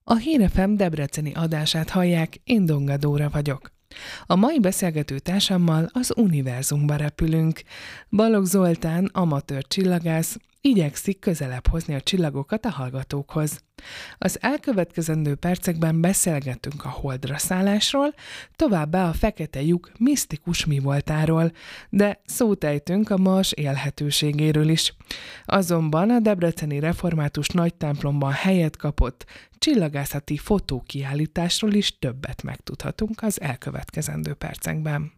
A Hír FM debreceni adását hallják, én Donga Dóra vagyok. A mai beszélgető társammal az univerzumba repülünk. Balogh Zoltán, amatőr csillagász, igyekszik közelebb hozni a csillagokat a hallgatókhoz. Az elkövetkezendő percekben beszélgetünk a Holdra szállásról, továbbá a fekete lyuk misztikus mivoltáról, de szót ejtünk a Mars élhetőségéről is. Azonban a debreceni református nagytemplomban helyet kapott csillagászati fotókiállításról is többet megtudhatunk az elkövetkezendő percekben.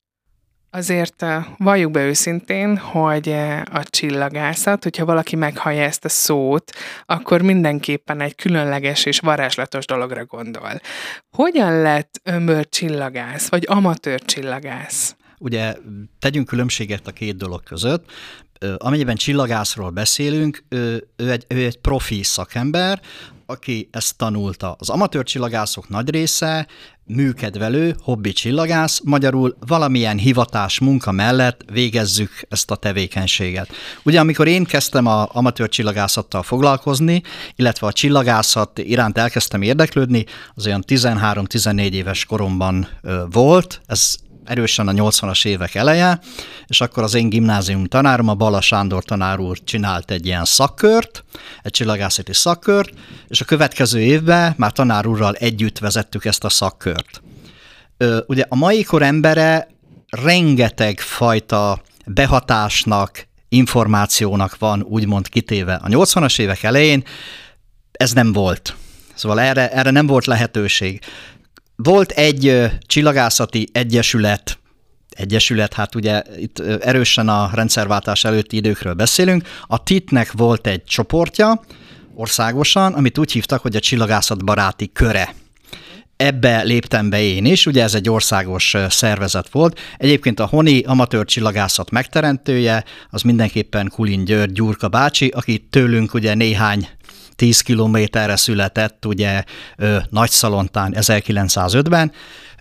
Azért valljuk be őszintén, hogy a csillagászat, hogyha valaki meghallja ezt a szót, akkor mindenképpen egy különleges és varázslatos dologra gondol. Hogyan lett önből csillagász, vagy amatőr csillagász? Ugye tegyünk különbséget a két dolog között. Amennyiben csillagászról beszélünk, ő egy profi szakember, aki ezt tanulta. Az amatőr csillagászok nagy része műkedvelő, hobbi csillagász, magyarul valamilyen hivatás munka mellett végezzük ezt a tevékenységet. Ugye amikor én kezdtem az amatőr csillagászattal foglalkozni, illetve a csillagászat iránt elkezdtem érdeklődni, az olyan 13-14 éves koromban volt, ez erősen a 80-as évek eleje, és akkor az én gimnázium tanárom, a Balla Sándor tanár úr csinált egy ilyen szakkört, egy csillagászati szakkört, és a következő évben már tanár úrral együtt vezettük ezt a szakkört. Ugye a mai kor embere rengeteg fajta behatásnak, információnak van úgymond kitéve. A 80-as évek elején ez nem volt. Szóval erre nem volt lehetőség. Volt egy csillagászati egyesület, hát ugye itt erősen a rendszerváltás előtti időkről beszélünk, a TIT-nek volt egy csoportja országosan, amit úgy hívtak, hogy a csillagászat baráti köre. Ebbe léptem be én is, ugye ez egy országos szervezet volt. Egyébként a honi amatőr csillagászat megteremtője, az mindenképpen Kulin György Gyurka bácsi, aki tőlünk ugye néhány 10 kilométerre született, ugye Nagyszalontán 1905-ben.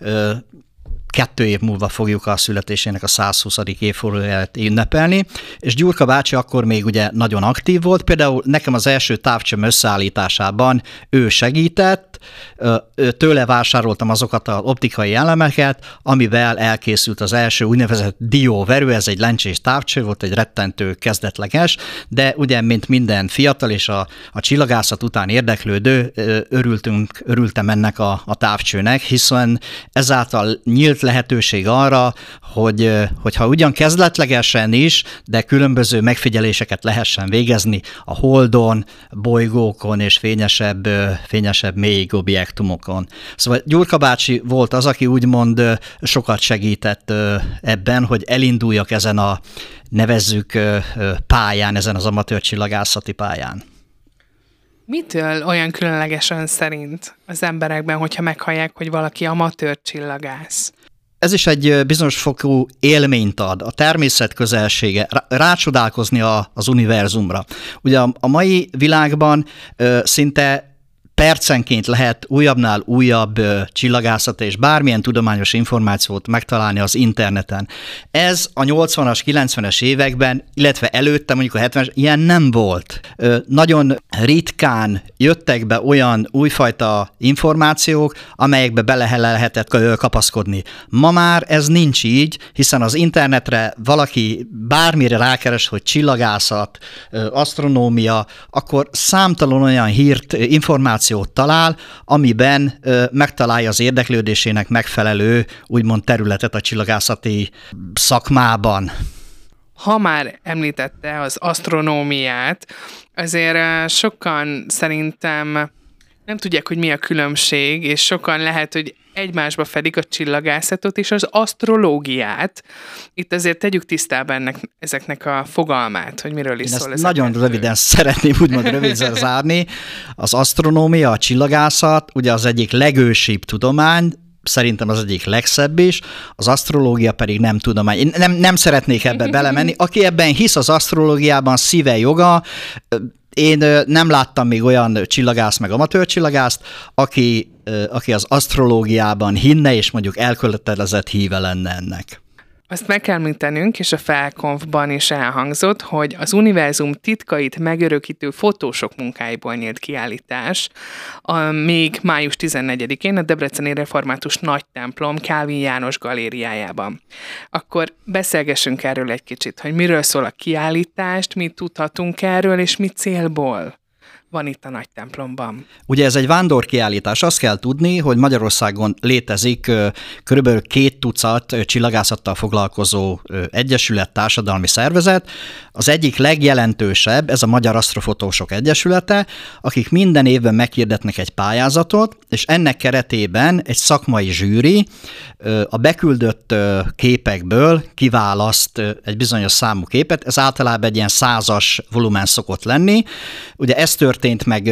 2 év múlva fogjuk a születésének a 120. évfordulóját ünnepelni, és Gyurka bácsi akkor még ugye nagyon aktív volt, például nekem az első távcsöm összeállításában ő segített, tőle vásároltam azokat az optikai elemeket, amivel elkészült az első úgynevezett dióverő, ez egy lencsés távcső volt, egy rettentő kezdetleges, de ugye, mint minden fiatal és a csillagászat után érdeklődő, örültem ennek a távcsőnek, hiszen ezáltal nyílt lehetőség arra, hogyha ugyan kezdetlegesen is, de különböző megfigyeléseket lehessen végezni a Holdon, bolygókon és fényesebb mély objektumokon. Szóval Gyurka bácsi volt az, aki úgymond sokat segített ebben, hogy elinduljak ezen a nevezzük pályán, ezen az amatőr csillagászati pályán. Mitől olyan különleges ön szerint az emberekben, hogyha meghallják, hogy valaki amatőr csillagász? Ez is egy bizonyos fokú élményt ad, a természet közelsége, rácsodálkozni az univerzumra. Ugye a mai világban szinte percenként lehet újabbnál újabb csillagászat és bármilyen tudományos információt megtalálni az interneten. Ez a 80-as, 90-es években, illetve előtte mondjuk a 70-es, ilyen nem volt. Nagyon ritkán jöttek be olyan újfajta információk, amelyekbe bele lehetett kapaszkodni. Ma már ez nincs így, hiszen az internetre valaki bármire rákeres, hogy csillagászat, asztronómia, akkor számtalan olyan információt talál, amiben megtalálja az érdeklődésének megfelelő, úgymond területet a csillagászati szakmában. Ha már említette az asztronómiát, azért sokan szerintem nem tudják, hogy mi a különbség, és sokan lehet, hogy egymásba fedik a csillagászatot és az asztrológiát. Itt azért tegyük tisztába ezeknek a fogalmát, hogy miről is szól ez. Nagyon röviden szeretném úgymond röviden zárni. Az asztronómia, a csillagászat ugye az egyik legősibb tudomány, szerintem az egyik legszebb is, az asztrológia pedig nem tudomány. Én nem szeretnék ebbe belemenni. Aki ebben hisz az asztrológiában, szíve joga. Én nem láttam még olyan csillagász meg amatőr csillagászt, aki az asztrológiában hinne, és mondjuk elkötelezett híve lenne ennek. Azt meg kell említenünk, és a Felkonfban is elhangzott, hogy az univerzum titkait megörökítő fotósok munkáiból nyílt kiállítás, még május 14-én a Debreceni Református Nagytemplom Kálvin János galériájában. Akkor beszélgessünk erről egy kicsit, hogy miről szól a kiállítást, mit tudhatunk erről, és mi célból van itt a Nagytemplomban. Ugye ez egy vándorkiállítás. Azt kell tudni, hogy Magyarországon létezik körülbelül 2 tucat csillagászattal foglalkozó egyesület, társadalmi szervezet. Az egyik legjelentősebb, ez a Magyar Asztrofotósok Egyesülete, akik minden évben meghirdetnek egy pályázatot, és ennek keretében egy szakmai zsűri a beküldött képekből kiválaszt egy bizonyos számú képet. Ez általában egy ilyen 100-as volumen szokott lenni. Ugye ez történt meg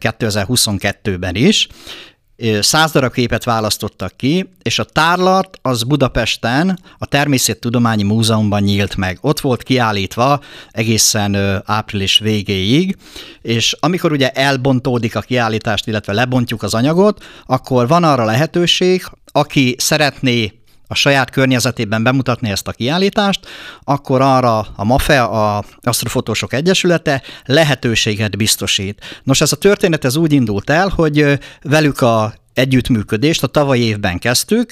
2022-ben is. 100 darab képet választottak ki, és a tárlat az Budapesten a Természettudományi Múzeumban nyílt meg. Ott volt kiállítva egészen április végéig, és amikor ugye elbontódik a kiállítást, illetve lebontjuk az anyagot, akkor van arra lehetőség, aki szeretné a saját környezetében bemutatni ezt a kiállítást, akkor arra a MAFE, a Asztrofotósok Egyesülete lehetőséget biztosít. Nos, ez a történet ez úgy indult el, hogy velük a együttműködést a tavalyi évben kezdtük,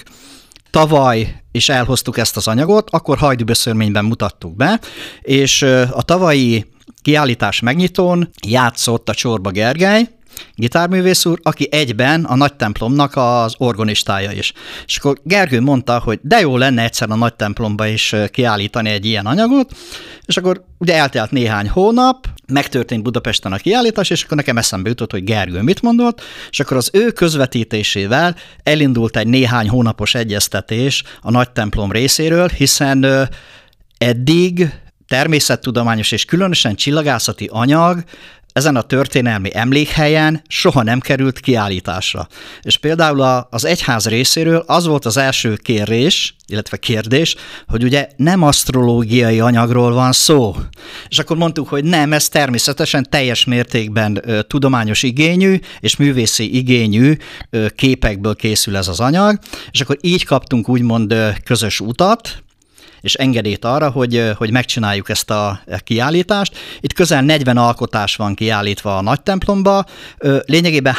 tavaly is elhoztuk ezt az anyagot, akkor hajdúböszörményben mutattuk be, és a tavalyi kiállítás megnyitón játszott a Csorba Gergely, gitárművész úr, aki egyben a Nagytemplomnak az orgonistája is. És akkor Gergő mondta, hogy de jó lenne egyszer a Nagytemplomba is kiállítani egy ilyen anyagot, és akkor ugye eltelt néhány hónap, megtörtént Budapesten a kiállítás, és akkor nekem eszembe jutott, hogy Gergő mit mondott, és akkor az ő közvetítésével elindult egy néhány hónapos egyeztetés a Nagytemplom részéről, hiszen eddig természettudományos és különösen csillagászati anyag ezen a történelmi emlékhelyen soha nem került kiállításra. És például az egyház részéről az volt az első kérés, illetve kérdés, hogy ugye nem asztrológiai anyagról van szó. És akkor mondtuk, hogy nem, ez természetesen teljes mértékben tudományos igényű és művészi igényű képekből készül ez az anyag, és akkor így kaptunk úgymond közös utat, és engedélyt arra, hogy megcsináljuk ezt a kiállítást. Itt közel 40 alkotás van kiállítva a Nagytemplomba. Lényegében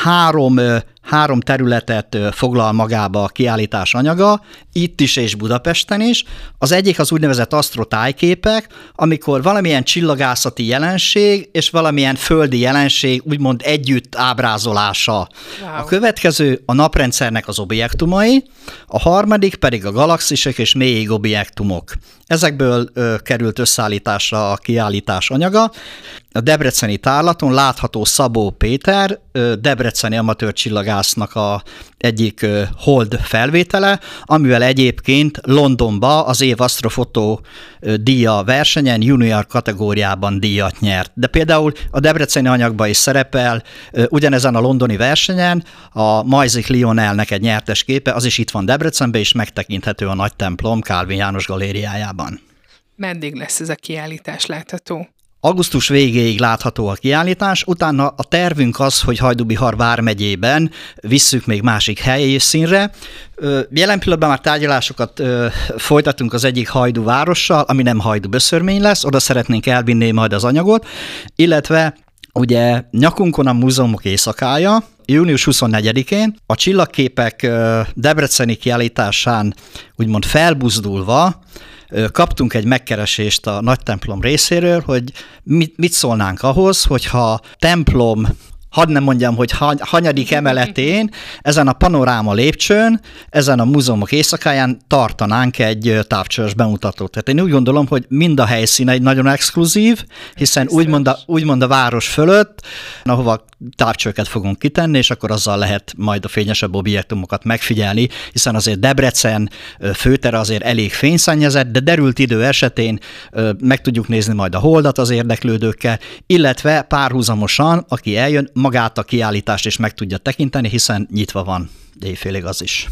három területet foglal magába a kiállítás anyaga, itt is és Budapesten is. Az egyik az úgynevezett asztrotájképek, amikor valamilyen csillagászati jelenség és valamilyen földi jelenség úgymond együtt ábrázolása. Wow. A következő a naprendszernek az objektumai, a harmadik pedig a galaxisek és mélyég objektumok. Ezekből került összeállításra a kiállítás anyaga. A debreceni tárlaton látható Szabó Péter, debreceni amatőr csillagásznak a egyik hold felvétele, amivel egyébként Londonba az év asztrofotó díja versenyen junior kategóriában díjat nyert. De például a debreceni anyagban is szerepel, ugyanezen a londoni versenyen a Majzik Lionelnek egy nyertes képe, az is itt van Debrecenben, és megtekinthető a Nagytemplom Kálvin János galériájában. Meddig lesz ez a kiállítás látható? Augusztus végéig látható a kiállítás, utána a tervünk az, hogy Hajdú-Bihar vármegyében visszük még másik helyszínre. Jelen pillanatban már tárgyalásokat folytatunk az egyik Hajdú várossal, ami nem Hajdú-Böszörmény lesz, oda szeretnénk elvinni majd az anyagot, illetve ugye nyakunkon a múzeumok éjszakája, június 24-én a csillagképek debreceni kiállításán úgymond felbuzdulva kaptunk egy megkeresést a Nagytemplom részéről, hogy mit szólnánk ahhoz, hogyha templom, hadd nem mondjam, hogy hanyadik emeletén, ezen a panoráma lépcsőn, ezen a múzeumok éjszakáján tartanánk egy távcsöves bemutatót. Tehát én úgy gondolom, hogy mind a helyszín egy nagyon exkluzív, hiszen úgymond a város fölött, ahova távcsőket fogunk kitenni, és akkor azzal lehet majd a fényesebb objektumokat megfigyelni, hiszen azért Debrecen főtere azért elég fényszennyezett, de derült idő esetén meg tudjuk nézni majd a holdat az érdeklődőkkel, illetve párhuzamosan, aki eljön, magát a kiállítást is meg tudja tekinteni, hiszen nyitva van éjfélig az is.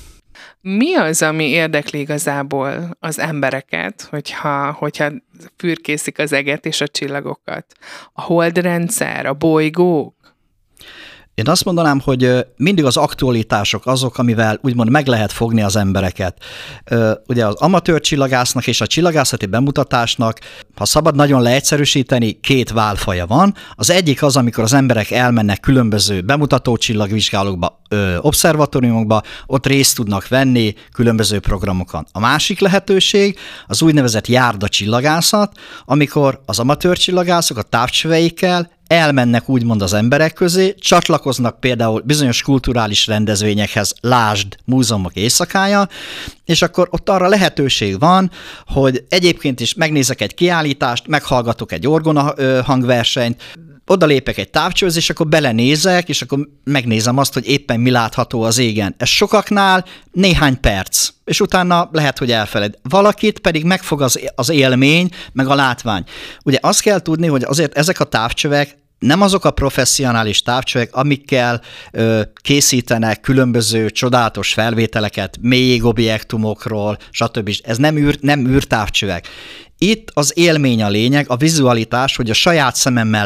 Mi az, ami érdekli igazából az embereket, hogyha fürkészik az eget és a csillagokat? A holdrendszer, a bolygók? Én azt mondanám, hogy mindig az aktualitások azok, amivel úgymond meg lehet fogni az embereket. Ugye az amatőr csillagásznak és a csillagászati bemutatásnak, ha szabad nagyon leegyszerűsíteni, két válfaja van. Az egyik az, amikor az emberek elmennek különböző bemutató csillagvizsgálókba, obszervatóriumokba, ott részt tudnak venni különböző programokon. A másik lehetőség az úgynevezett járda csillagászat, amikor az amatőr csillagászok a távcsöveikkel elmennek úgymond az emberek közé, csatlakoznak például bizonyos kulturális rendezvényekhez, lásd, múzeumok éjszakája, és akkor ott arra lehetőség van, hogy egyébként is megnézek egy kiállítást, meghallgatok egy orgona hangversenyt, odalépek egy távcsőhöz, és akkor belenézek, és akkor megnézem azt, hogy éppen mi látható az égen. Ez sokaknál néhány perc, és utána lehet, hogy elfeled. Valakit pedig megfog az élmény, meg a látvány. Ugye azt kell tudni, hogy azért ezek a távcsövek nem azok a professzionális távcsövek, amikkel készítenek különböző csodálatos felvételeket mélyégobjektumokról, stb. Ez nem űrtávcsövek. Itt az élmény a lényeg, a vizualitás, hogy a saját szememmel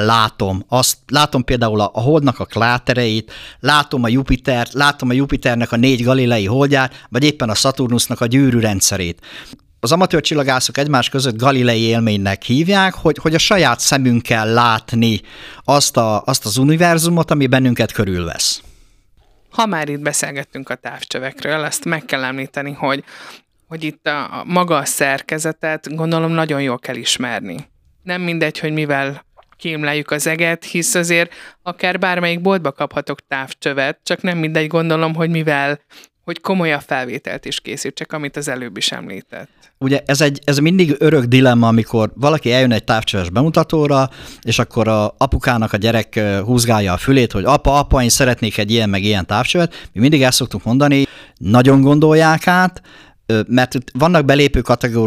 látom például a Holdnak a krátereit, látom a Jupitert, látom a Jupiternek a 4 galilei holdját, vagy éppen a Szaturnusznak a gyűrűrendszerét. Az amatőr csillagászok egymás között galilei élménynek hívják, hogy a saját szemünkkel látni azt az univerzumot, ami bennünket körülvesz. Ha már itt beszélgettünk a távcsövekről, azt meg kell említeni, hogy itt a maga a szerkezetet gondolom nagyon jól kell ismerni. Nem mindegy, hogy mivel kémleljük az eget, hisz azért akár bármelyik boltba kaphatok távcsövet, csak nem mindegy, gondolom, hogy komolyabb felvételt is készítsek, amit az előbb is említett. Ugye ez mindig örök dilemma, amikor valaki eljön egy távcsöves bemutatóra, és akkor a apukának a gyerek húzgálja a fülét, hogy apa, én szeretnék egy ilyen meg ilyen távcsövet. Mi mindig el szoktuk mondani, nagyon gondolják át, mert vannak belépő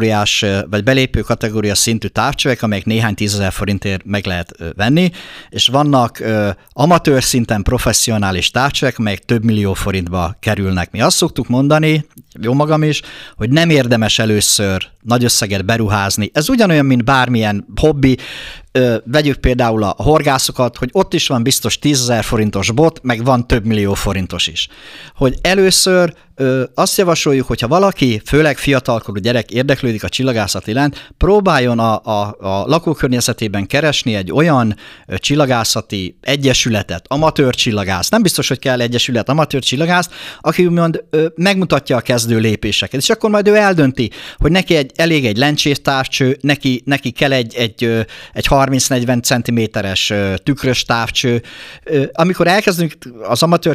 kategóriás szintű távcsövek, amelyek néhány 10 000 forintért meg lehet venni, és vannak amatőr szinten professzionális távcsövek, amelyek több millió forintba kerülnek. Mi azt szoktuk mondani, jó magam is, hogy nem érdemes először nagy összeget beruházni. Ez ugyanolyan, mint bármilyen hobbi. Vegyük például a horgászokat, hogy ott is van biztos 10 000 forintos bot, meg van több millió forintos is. Hogy először azt javasoljuk, hogyha valaki, főleg fiatalkorú gyerek érdeklődik a csillagászat iránt, próbáljon a lakókörnyezetében keresni egy olyan csillagászati egyesületet, amatőr csillagász, nem biztos, hogy kell egyesület, amatőr csillagász, aki úgymond megmutatja a kezdő lépéseket, és akkor majd ő eldönti, hogy neki elég egy lencsés távcső, neki kell egy 30-40 cm-es tükrös távcső. Amikor elkezdünk az amatőr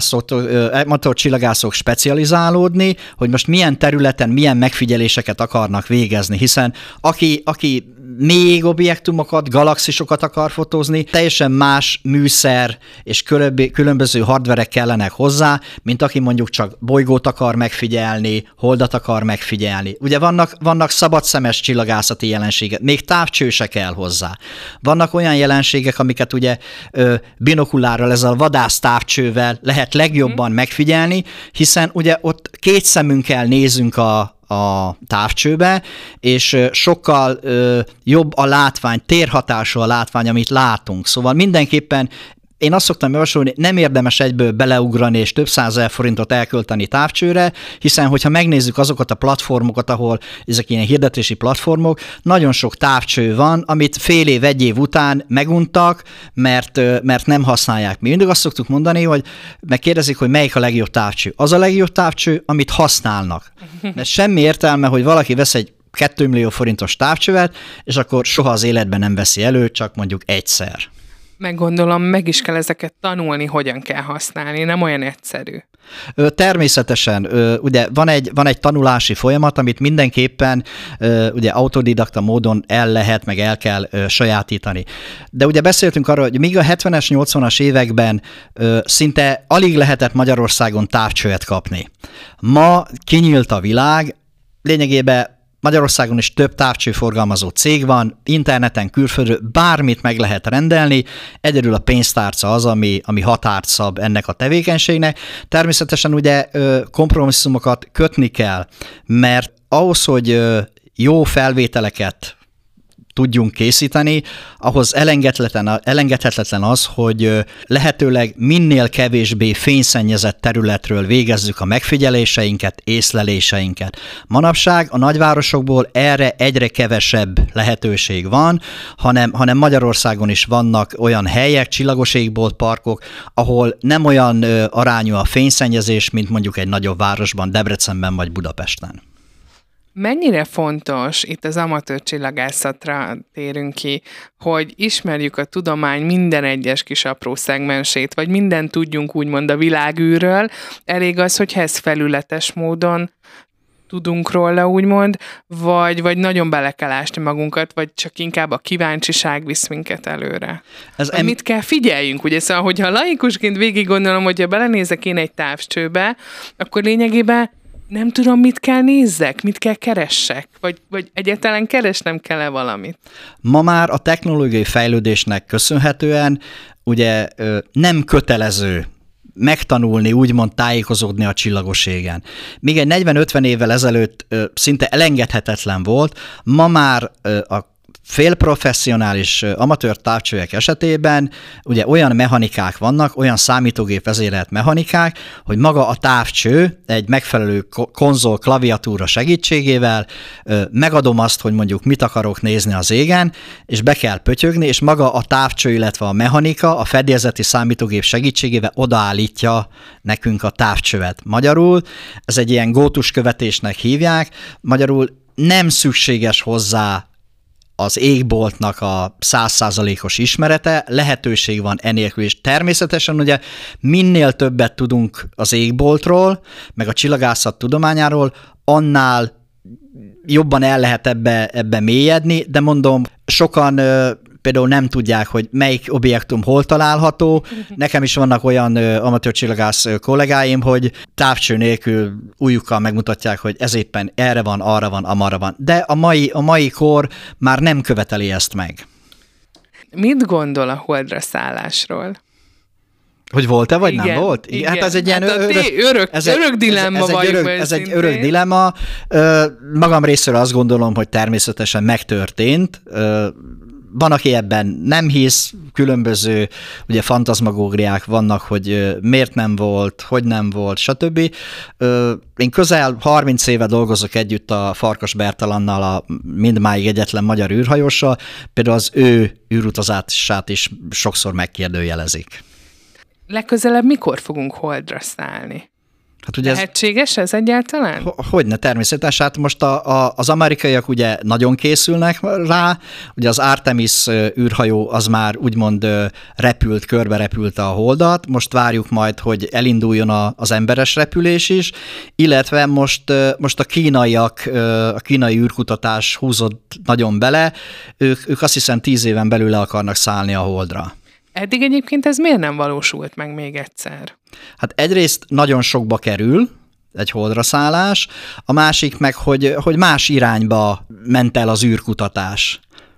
csillagászok specializálódni, hogy most milyen területen, milyen megfigyeléseket akarnak végezni, hiszen aki mélyég objektumokat, galaxisokat akar fotózni, teljesen más műszer és különböző hardverek kellenek hozzá, mint aki mondjuk csak bolygót akar megfigyelni, holdat akar megfigyelni. Ugye vannak szabadszemes csillagászati jelenségek, még távcső se kell hozzá. Vannak olyan jelenségek, amiket ugye binokulárral, ezzel a vadász távcsővel lehet legjobban megfigyelni, hiszen ugye ott két szemünkkel nézünk a távcsőbe, és sokkal jobb a látvány, térhatású a látvány, amit látunk. Szóval mindenképpen én azt szoktam javasolni, nem érdemes egyből beleugrani és több 100 000 forintot elkölteni távcsőre, hiszen hogyha megnézzük azokat a platformokat, ahol ezek ilyen hirdetési platformok, nagyon sok távcső van, amit fél év, egy év után meguntak, mert nem használják. Mi mindig azt szoktuk mondani, hogy megkérdezik, hogy melyik a legjobb távcső. Az a legjobb távcső, amit használnak. Mert semmi értelme, hogy valaki vesz egy 2 millió forintos távcsövet, és akkor soha az életben nem veszi elő, csak mondjuk egyszer. Meggondolom, meg is kell ezeket tanulni, hogyan kell használni, nem olyan egyszerű. Természetesen, ugye van egy tanulási folyamat, amit mindenképpen ugye autodidakta módon el kell sajátítani. De ugye beszéltünk arról, hogy míg a 70-es, 80-as években szinte alig lehetett Magyarországon távcsövet kapni. Ma kinyílt a világ, lényegében Magyarországon is több távcsőforgalmazó cég van, interneten, külföldről bármit meg lehet rendelni, egyedül a pénztárca az, ami határt szab ennek a tevékenységnek. Természetesen ugye kompromisszumokat kötni kell, mert ahhoz, hogy jó felvételeket tudjunk készíteni, ahhoz elengedhetetlen az, hogy lehetőleg minél kevésbé fényszennyezett területről végezzük a megfigyeléseinket, észleléseinket. Manapság a nagyvárosokból erre egyre kevesebb lehetőség van, hanem Magyarországon is vannak olyan helyek, csillagos égbolt parkok, ahol nem olyan arányú a fényszennyezés, mint mondjuk egy nagyobb városban, Debrecenben vagy Budapesten. Mennyire fontos, itt az amatőr csillagászatra térünk ki, hogy ismerjük a tudomány minden egyes kis apró szegmensét, vagy mindent tudjunk úgymond a világűrről, elég az, hogyha ez felületes módon tudunk róla úgymond, vagy nagyon bele kell ásni magunkat, vagy csak inkább a kíváncsiság visz minket előre. Mit kell figyeljünk, ugye? Szóval, hogyha laikusként végig gondolom, hogyha belenézek én egy távcsőbe, akkor lényegében nem tudom, mit kell nézzek, mit kell keressek, vagy egyáltalán keresnem kell-e valamit. Ma már a technológiai fejlődésnek köszönhetően ugye nem kötelező megtanulni, úgymond tájékozódni a csillagos égen. Még egy 40-50 évvel ezelőtt szinte elengedhetetlen volt, ma már a félprofesszionális amatőr távcsőek esetében ugye olyan mechanikák vannak, olyan számítógép vezérelt mechanikák, hogy maga a távcső egy megfelelő konzol klaviatúra segítségével megadom azt, hogy mondjuk mit akarok nézni az égen, és be kell pötyögni, és maga a távcső, illetve a mechanika a fedélzeti számítógép segítségével odaállítja nekünk a távcsövet. Magyarul ez egy ilyen gótus követésnek hívják, magyarul nem szükséges hozzá az égboltnak a 100%-os ismerete, lehetőség van enélkül is. Természetesen ugye minél többet tudunk az égboltról, meg a csillagászat tudományáról, annál jobban el lehet ebbe mélyedni, de mondom, sokan például nem tudják, hogy melyik objektum hol található. Nekem is vannak olyan amatőr csillagász kollégáim, hogy távcső nélkül ujjukkal megmutatják, hogy ez éppen erre van, arra van, amarra van. De a mai kor már nem követeli ezt meg. Mit gondol a holdra szállásról? Hogy volt-e, vagy igen, nem volt? Igen. Hát ez egy ilyen örök dilemma ez egy örök dilemma. Magam részéről azt gondolom, hogy természetesen megtörtént. Van, aki ebben nem hisz, különböző ugye fantazmagóriák vannak, hogy miért nem volt, hogy nem volt, stb. Én közel 30 éve dolgozok együtt a Farkas Bertalannal, a mindmáig egyetlen magyar űrhajóssal, például az ő űrutazását is sokszor megkérdőjelezik. Legközelebb mikor fogunk holdra szállni? Hát ugye lehetséges ez egyáltalán? Hogyne, természetesen. Hát most az amerikaiak ugye nagyon készülnek rá, ugye az Artemis űrhajó az már úgymond körbe repülte a holdat, most várjuk majd, hogy elinduljon az emberes repülés is, illetve most a kínaiak, a kínai űrkutatás húzott nagyon bele, ők azt hiszem 10 éven belül le akarnak szállni a holdra. Eddig egyébként ez miért nem valósult meg még egyszer? Hát egyrészt nagyon sokba kerül egy holdra szállás, a másik meg, hogy más irányba ment el az űrkutatás.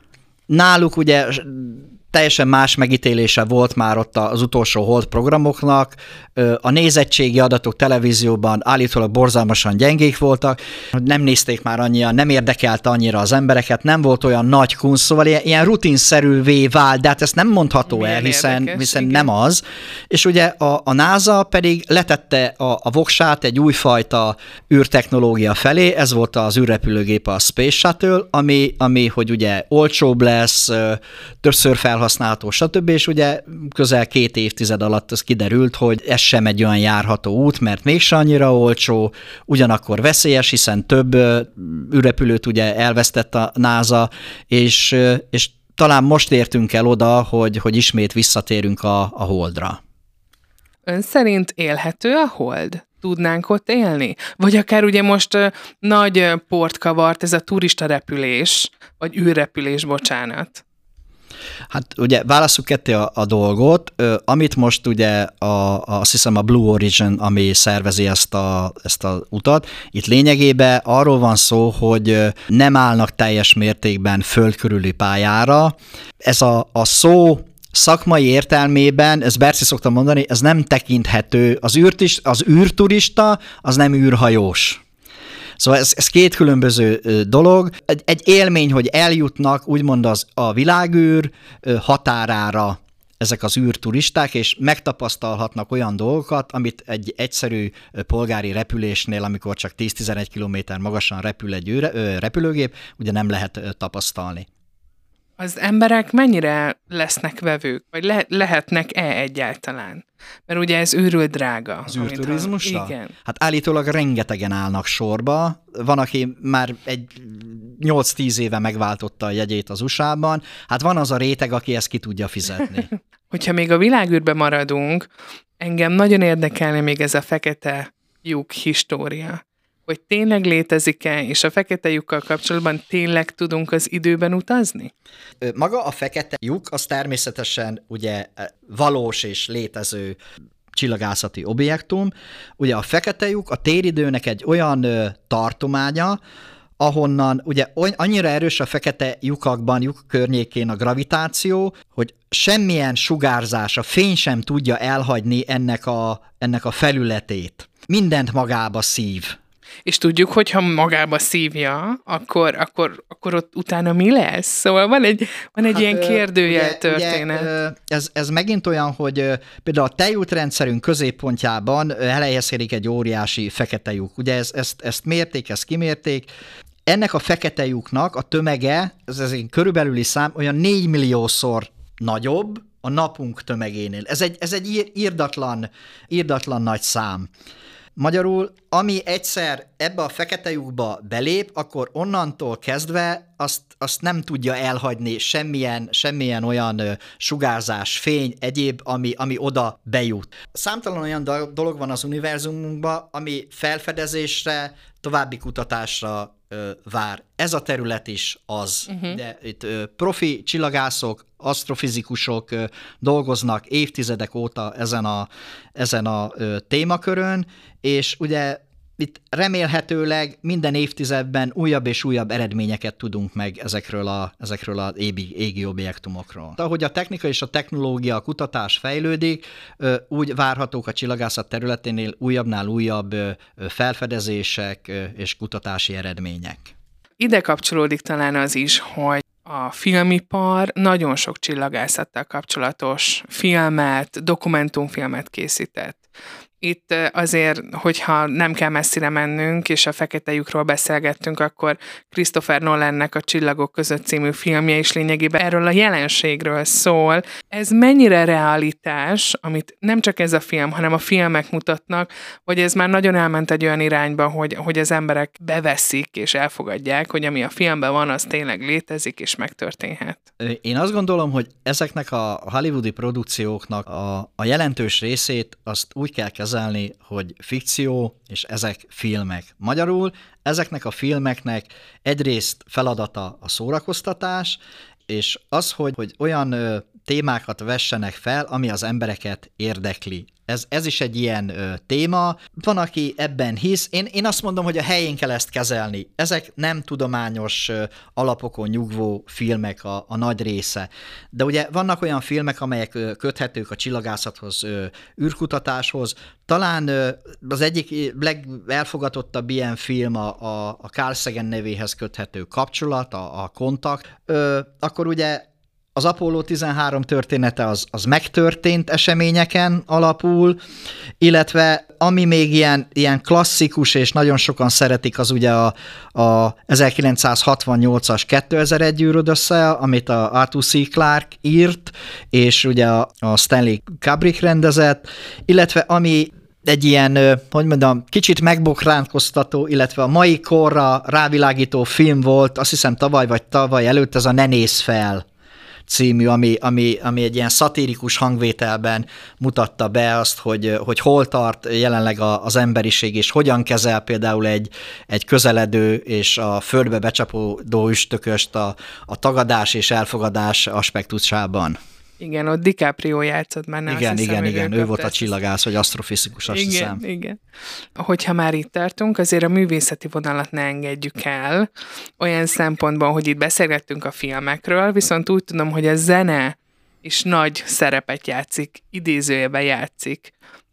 Náluk ugye teljesen más megítélése volt már ott az utolsó hold programoknak, a nézettségi adatok televízióban állítólag borzalmasan gyengék voltak, nem nézték már annyian, nem érdekelte annyira az embereket, nem volt olyan nagy kunsz, szóval ilyen rutinszerűvé vált, de hát ezt nem mondható el, hiszen nem az. És ugye a NASA pedig letette a voksát egy újfajta űrtechnológia felé, ez volt az űrrepülőgép, a Space Shuttle, ami hogy ugye olcsóbb lesz, többször felhasználható, stb. És ugye közel 2 évtized alatt az kiderült, hogy ez sem egy olyan járható út, mert mégse annyira olcsó, ugyanakkor veszélyes, hiszen több űrrepülőt ugye elvesztett a NASA, és talán most értünk el oda, hogy ismét visszatérünk a holdra. Ön szerint élhető a hold? Tudnánk ott élni? Vagy akár ugye most nagy port kavart ez a turista repülés, vagy űrrepülés, bocsánat. Hát ugye válasszuk ketté a dolgot, amit most ugye azt hiszem a Blue Origin, ami szervezi ezt a utat, itt lényegében arról van szó, hogy nem állnak teljes mértékben föld körüli pályára. Ez a szó szakmai értelmében, ez Berci szokta mondani, ez nem tekinthető, az űrturista, az nem űrhajós. Szóval ez két különböző dolog. Egy élmény, hogy eljutnak úgymond a világűr határára ezek az űrturisták, és megtapasztalhatnak olyan dolgokat, amit egy egyszerű polgári repülésnél, amikor csak 10-11 kilométer magasan repül egy repülőgép, ugye nem lehet tapasztalni. Az emberek mennyire lesznek vevők, vagy lehetnek-e egyáltalán? Mert ugye ez őrült drága. Az űrturizmusra? Igen. Hát állítólag rengetegen állnak sorba. Van, aki már egy 8-10 éve megváltotta a jegyét az USA-ban. Hát van az a réteg, aki ezt ki tudja fizetni. Hogyha még a világűrben maradunk, engem nagyon érdekelne még ez a fekete lyuk história. Hogy tényleg létezik-e, és a fekete lyukkal kapcsolatban tényleg tudunk az időben utazni? Maga a fekete lyuk az természetesen ugye valós és létező csillagászati objektum. Ugye a fekete lyuk a téridőnek egy olyan tartománya, ahonnan ugye annyira erős a fekete lyukakban, lyuk környékén a gravitáció, hogy semmilyen sugárzás, a fény sem tudja elhagyni ennek a felületét. Mindent magába szív. És tudjuk, hogy ha magába szívja, akkor ott utána mi lesz? Szóval van egy ilyen kérdőjel történet. Ugye, ez megint olyan, hogy például a tejútrendszerünk középpontjában elhelyezkedik egy óriási fekete lyuk. Ugye ezt mérték, ezt kimérték. Ennek a fekete lyuknak a tömege, ez körülbelüli szám, olyan 4 milliószor nagyobb a napunk tömegénél. Ez egy irdatlan nagy szám. Magyarul, ami egyszer ebbe a fekete lyukba belép, akkor onnantól kezdve azt nem tudja elhagyni semmilyen olyan sugárzás, fény, egyéb, ami oda bejut. Számtalan olyan dolog van az univerzumunkban, ami felfedezésre, további kutatásra vár. Ez a terület is az. De itt profi csillagászok, asztrofizikusok dolgoznak évtizedek óta ezen a témakörön, és ugye itt remélhetőleg minden évtizedben újabb és újabb eredményeket tudunk meg ezekről az égi objektumokról. Ahogy a technika és a technológia, a kutatás fejlődik, úgy várhatók a csillagászat területénél újabbnál újabb felfedezések és kutatási eredmények. Ide kapcsolódik talán az is, hogy a filmipar nagyon sok csillagászattal kapcsolatos filmet, dokumentumfilmet készített. Itt azért, hogyha nem kell messzire mennünk, és a fekete lyukról beszélgettünk, akkor Christopher Nolannek a Csillagok között című filmje is lényegében erről a jelenségről szól. Ez mennyire realitás, amit nem csak ez a film, hanem a filmek mutatnak, vagy ez már nagyon elment egy olyan irányba, hogy az emberek beveszik és elfogadják, hogy ami a filmben van, az tényleg létezik és megtörténhet. Én azt gondolom, hogy ezeknek a hollywoodi produkcióknak a jelentős részét azt úgy kell kezelni, hogy fikció, és ezek filmek. Magyarul ezeknek a filmeknek egyrészt feladata a szórakoztatás, és az, hogy olyan témákat vessenek fel, ami az embereket érdekli. Ez is egy ilyen téma. Van, aki ebben hisz. Én azt mondom, hogy a helyén kell ezt kezelni. Ezek nem tudományos alapokon nyugvó filmek a nagy része. De ugye vannak olyan filmek, amelyek köthetők a csillagászathoz, űrkutatáshoz. Talán az egyik legelfogadottabb ilyen film a Carl Sagan nevéhez köthető kapcsolat, a Kontakt. Akkor ugye az Apollo 13 története az megtörtént eseményeken alapul, illetve ami még ilyen klasszikus, és nagyon sokan szeretik, az ugye a 1968-as 2001 űr Odüsszea, amit a Arthur C. Clarke írt, és ugye a Stanley Kubrick rendezett, illetve ami egy ilyen, hogy mondjam, kicsit megbokránkoztató, illetve a mai korra rávilágító film volt, azt hiszem tavaly előtt, ez a Ne nézz fel című, ami egy ilyen szatirikus hangvételben mutatta be azt, hogy hol tart jelenleg az emberiség, és hogyan kezel például egy közeledő és a földbe becsapódó üstököst a tagadás és elfogadás aspektusában. Igen, ott DiCaprio játszott benne. Igen, ő volt a csillagász, vagy asztrofizikus, azt hiszem. Igen. Hogyha már itt tartunk, azért a művészeti vonalat ne engedjük el, olyan szempontból, hogy itt beszélgettünk a filmekről, viszont úgy tudom, hogy a zene is nagy szerepet játszik, idézőjében játszik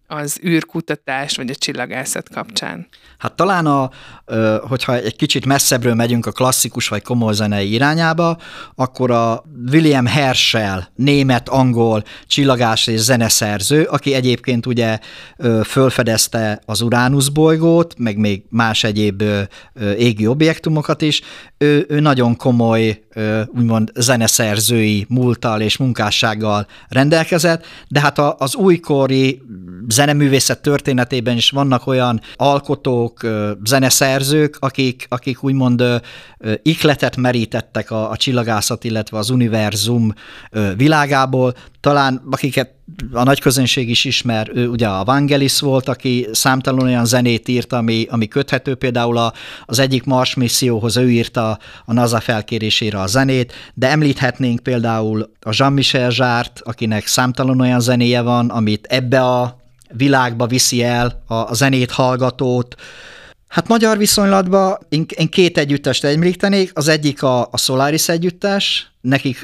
az űrkutatás vagy a csillagászat kapcsán? Hát talán, hogyha egy kicsit messzebbről megyünk a klasszikus vagy komoly zenei irányába, akkor a William Herschel, német-angol csillagász és zeneszerző, aki egyébként ugye fölfedezte az Uránusz bolygót, meg még más egyéb égi objektumokat is, ő nagyon komoly, úgymond zeneszerzői múlttal és munkássággal rendelkezett, de hát az újkori zeneművészet történetében is vannak olyan alkotók, zeneszerzők, akik úgymond ihletet merítettek a csillagászat, illetve az univerzum világából. Talán akiket a nagy közönség is ismer, ugye a Vangelis volt, aki számtalan olyan zenét írt, ami köthető, például az egyik Mars misszióhoz ő írta a NASA felkérésére a zenét, de említhetnénk például a Jean-Michel Jarre-t, akinek számtalan olyan zenéje van, amit ebbe a világba viszi el a zenét hallgatót. Hát magyar viszonylatban én két együttest említenék, az egyik a Solaris együttes, nekik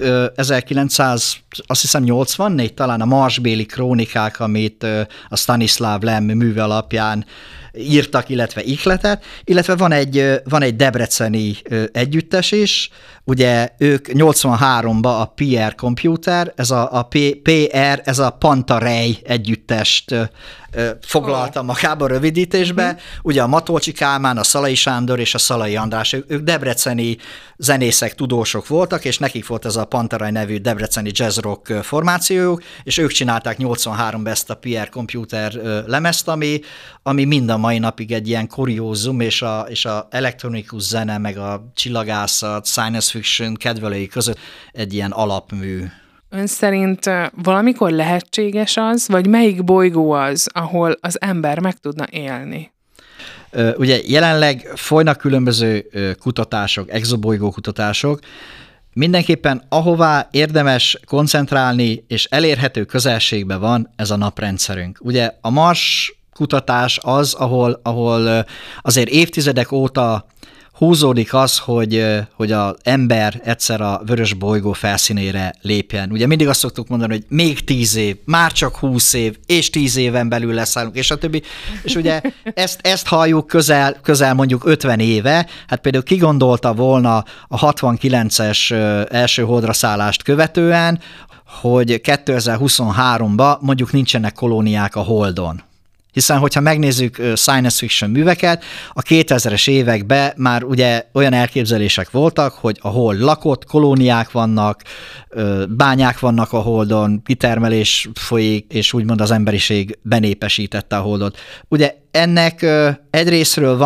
1984 talán a Marsbéli krónikák, amit a Stanislav Lem műve alapján írtak, illetve ihletet, illetve van egy debreceni együttes is, ugye ők 83-ban a PR Computer, ez a PR, ez a Pantarej együttest foglalta magába rövidítésbe, ugye a Matolcsi Kálmán, a Szalai Sándor és a Szalai András, ők debreceni zenészek, tudósok voltak, és nekik volt ez a Pantarej nevű debreceni jazz rock formációjuk, és ők csinálták 83-ban ezt a PR Computer lemezt, ami mind a mai napig egy ilyen kuriózum, és a elektronikus zene, meg a csillagászat, science fiction kedvelői között egy ilyen alapmű. Ön szerint valamikor lehetséges az, vagy melyik bolygó az, ahol az ember meg tudna élni? Ugye jelenleg folynak különböző kutatások, exobolygó kutatások, mindenképpen ahová érdemes koncentrálni, és elérhető közelségben van ez a naprendszerünk. Ugye a Mars kutatás az, ahol azért évtizedek óta húzódik az, hogy az ember egyszer a vörös bolygó felszínére lépjen. Ugye mindig azt szoktuk mondani, hogy még 10 év, már csak 20 év, és 10 éven belül leszállunk, és a többi. És ugye ezt halljuk közel mondjuk 50 éve, hát például ki gondolta volna a 69-es első holdra szállást követően, hogy 2023-ban mondjuk nincsenek kolóniák a Holdon. Hiszen, hogyha megnézzük science fiction műveket, a 2000-es években már ugye olyan elképzelések voltak, hogy a Hold lakott, kolóniák vannak, bányák vannak a Holdon, kitermelés folyik, és úgymond az emberiség benépesítette a Holdot. Ugye ennek egyrészről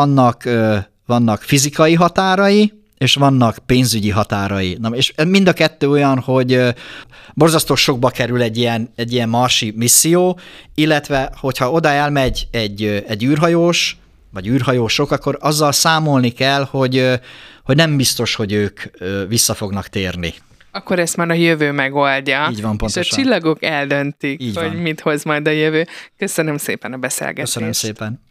vannak fizikai határai, és vannak pénzügyi határai. Na, és mind a kettő olyan, hogy borzasztó sokba kerül egy ilyen marsi misszió, illetve hogyha oda elmegy egy űrhajós, vagy űrhajósok, akkor azzal számolni kell, hogy nem biztos, hogy ők vissza fognak térni. Akkor ezt már a jövő megoldja. Így van, pontosan. És a csillagok eldöntik, így hogy van. mit hoz majd a jövő. Köszönöm szépen a beszélgetést. Köszönöm szépen.